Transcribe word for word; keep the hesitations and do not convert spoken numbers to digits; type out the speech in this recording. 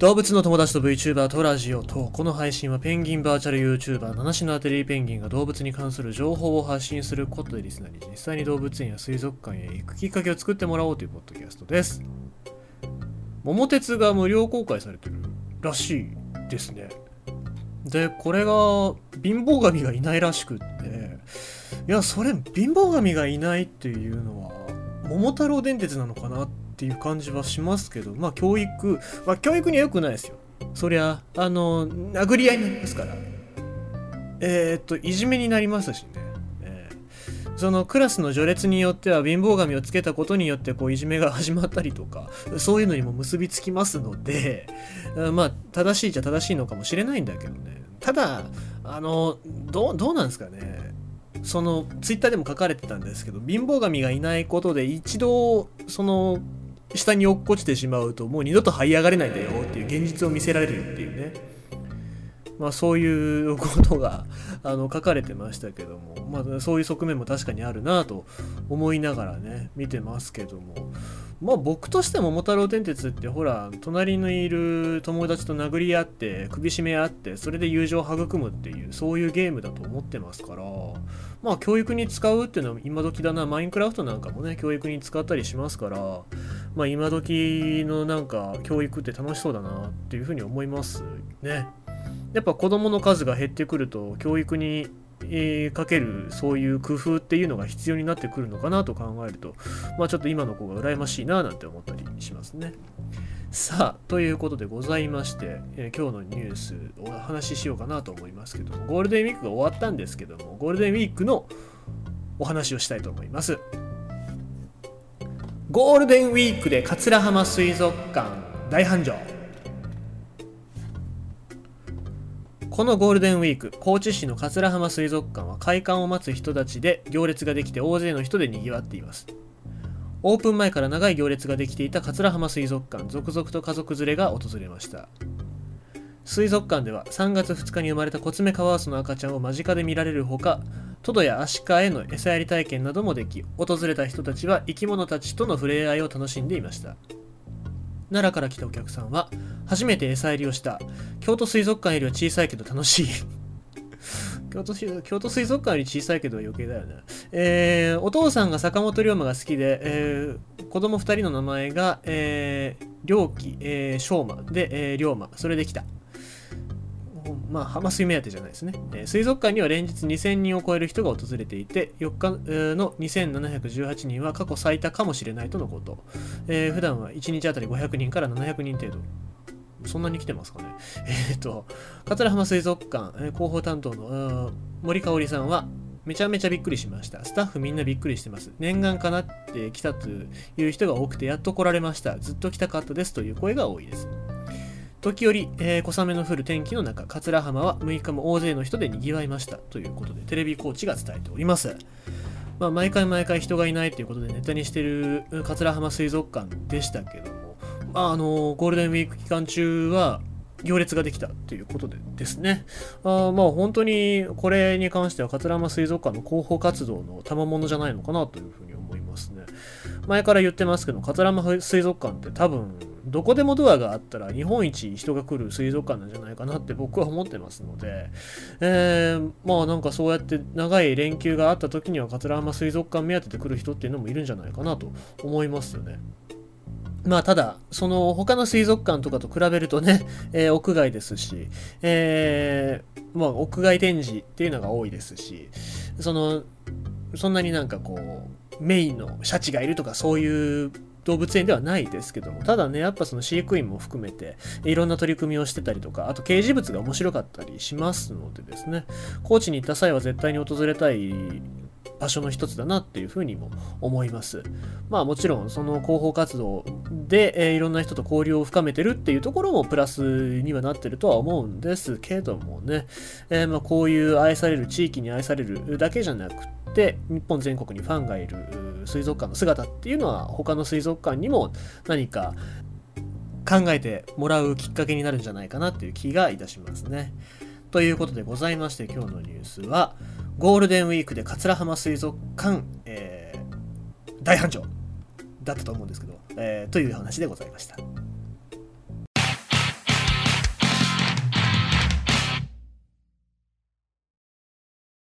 動物の友達と VTuber とラジオと、この配信はペンギンバーチャル YouTuber 七種のアテリーペンギンが動物に関する情報を発信することでリスナーに実際に動物園や水族館へ行くきっかけを作ってもらおうというポッドキャストです。桃鉄が無料公開されてるらしいですね。で、これが貧乏神がいないらしくって、いや、それ貧乏神がいないっていうのは桃太郎電鉄なのかなっていう感じはしますけど、まあ教育、まあ教育には良くないですよ。そりゃ、あの、殴り合いになりますから。えー、っと、いじめになりますしね。えー、そのクラスの序列によっては貧乏神をつけたことによってこういじめが始まったりとか、そういうのにも結びつきますので、まあ正しいじゃ正しいのかもしれないんだけどね。ただ、あの、どう、どうなんですかね。そのツイッターでも書かれてたんですけど、貧乏神がいないことで一度その下に落っこちてしまうともう二度と這い上がれないんだよっていう現実を見せられるっていうね、まあそういうことがあの書かれてましたけども、まあそういう側面も確かにあるなと思いながらね見てますけども、まあ僕としても桃太郎電鉄ってほら隣にいる友達と殴り合って首絞め合ってそれで友情を育むっていうそういうゲームだと思ってますから、まあ教育に使うっていうのは今時だな。マインクラフトなんかもね教育に使ったりしますから、まあ今時のなんか教育って楽しそうだなっていうふうに思いますね。やっぱ子供の数が減ってくると教育にえー、かけるそういう工夫っていうのが必要になってくるのかなと考えると、まあちょっと今の子が羨ましいななんて思ったりしますね。さあということでございまして、えー、今日のニュースをお話ししようかなと思いますけども、ゴールデンウィークが終わったんですけども、ゴールデンウィークのお話をしたいと思います。ゴールデンウィークで桂浜水族館大繁盛。このゴールデンウィーク、高知市の桂浜水族館は開館を待つ人たちで行列ができて大勢の人で賑わっています。オープン前から長い行列ができていた桂浜水族館、続々と家族連れが訪れました。水族館ではさんがつふつかに生まれたコツメカワウソの赤ちゃんを間近で見られるほか、トドやアシカへの餌やり体験などもでき、訪れた人たちは生き物たちとの触れ合いを楽しんでいました。奈良から来たお客さんは、初めて餌やりをした。京都水族館よりは小さいけど楽しい。京都、京都水族館より小さいけど余計だよね。えー、お父さんが坂本龍馬が好きで、えー、子供ふたりの名前が、えー、良樹、えー、翔馬で、えー、龍馬。それで来た。まあ、浜水目当てじゃないですね。えー、水族館には連日にせんにんを超える人が訪れていて、よっかのにせんななひゃくじゅうはちにんは過去最多かもしれないとのこと。えー、普段はいちにちあたりごひゃくにんからななひゃくにん程度。そんなに来てますかね。えっと、桂浜水族館、えー、広報担当の森香織さんは、めちゃめちゃびっくりしました。スタッフみんなびっくりしてます。念願かなって来たという人が多くて、やっと来られました。ずっと来たかったですという声が多いです。時折、えー、小雨の降る天気の中、桂浜はむいかも大勢の人で賑わいましたということで、テレビコーチが伝えております。まあ、毎回毎回人がいないということでネタにしている桂浜水族館でしたけども、まあ、あのー、ゴールデンウィーク期間中は行列ができたということでですね。あまあ本当にこれに関しては桂浜水族館の広報活動の賜物じゃないのかなというふうに思いますね。前から言ってますけど、桂浜水族館って多分どこでもドアがあったら日本一人が来る水族館なんじゃないかなって僕は思ってますので、えー、まあなんかそうやって長い連休があった時には桂浜水族館目当てで来る人っていうのもいるんじゃないかなと思いますよね。まあただ、その他の水族館とかと比べるとね、えー、屋外ですし、えー、まあ屋外展示っていうのが多いですし、その、そんなになんかこう、メインのシャチがいるとかそういう動物園ではないですけども、ただね、やっぱその飼育員も含めていろんな取り組みをしてたりとか、あと掲示物が面白かったりしますのでですね、高知に行った際は絶対に訪れたい場所の一つだなっていうふうにも思います。まあもちろんその広報活動で、えー、いろんな人と交流を深めてるっていうところもプラスにはなってるとは思うんですけどもね、えー、まあこういう愛される地域に愛されるだけじゃなくて日本全国にファンがいる水族館の姿っていうのは他の水族館にも何か考えてもらうきっかけになるんじゃないかなっていう気がいたしますね。ということでございまして、今日のニュースはゴールデンウィークで桂浜水族館、えー、大繁盛だったと思うんですけど、えー、という話でございました。